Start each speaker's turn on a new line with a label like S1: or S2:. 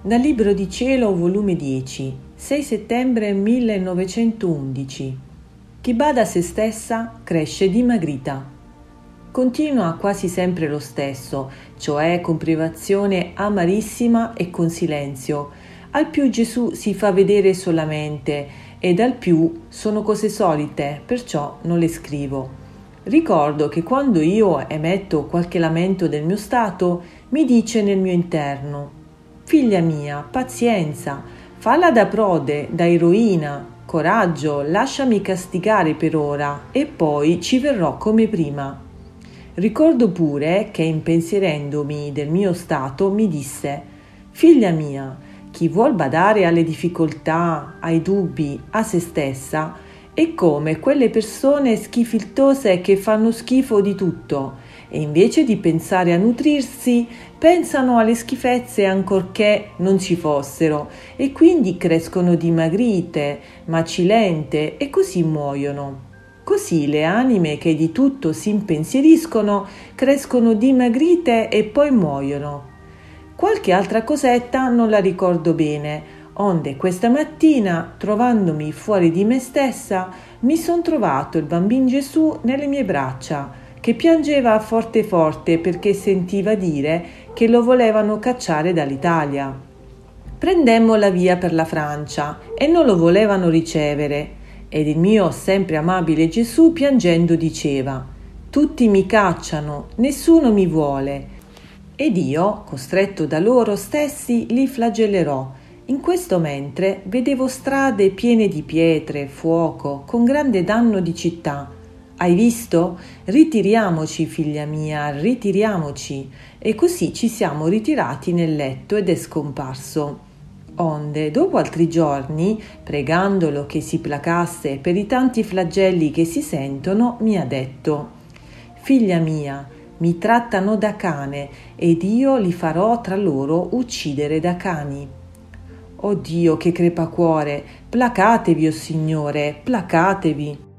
S1: Dal Libro di Cielo, volume 10, 6 settembre 1911. Chi bada a se stessa cresce dimagrita. Continua quasi sempre lo stesso, cioè con privazione amarissima e con silenzio. Al più Gesù si fa vedere solamente, ed al più sono cose solite, perciò non le scrivo. Ricordo che quando io emetto qualche lamento del mio stato, mi dice nel mio interno: figlia mia, pazienza, falla da prode, da eroina, coraggio, lasciami castigare per ora e poi ci verrò come prima. Ricordo pure che impensierendomi del mio stato mi disse: figlia mia, chi vuol badare alle difficoltà, ai dubbi, a se stessa, è come quelle persone schifiltose che fanno schifo di tutto e invece di pensare a nutrirsi pensano alle schifezze ancorché non ci fossero e quindi crescono dimagrite, macilente e così muoiono. Così le anime che di tutto si impensieriscono crescono dimagrite e poi muoiono. Qualche altra cosetta non la ricordo bene, onde questa mattina, trovandomi fuori di me stessa, mi son trovato il bambin Gesù nelle mie braccia, che piangeva forte forte perché sentiva dire che lo volevano cacciare dall'Italia. Prendemmo la via per la Francia e non lo volevano ricevere, ed il mio sempre amabile Gesù piangendo diceva: tutti mi cacciano, nessuno mi vuole, ed io, costretto da loro stessi, li flagellerò. In questo mentre vedevo strade piene di pietre, fuoco, con grande danno di città. Hai visto? Ritiriamoci, figlia mia, ritiriamoci. E così ci siamo ritirati nel letto ed è scomparso. Onde, dopo altri giorni, pregandolo che si placasse per i tanti flagelli che si sentono, mi ha detto: figlia mia, mi trattano da cane ed io li farò tra loro uccidere da cani. O Dio, che crepacuore, placatevi, o Signore, placatevi.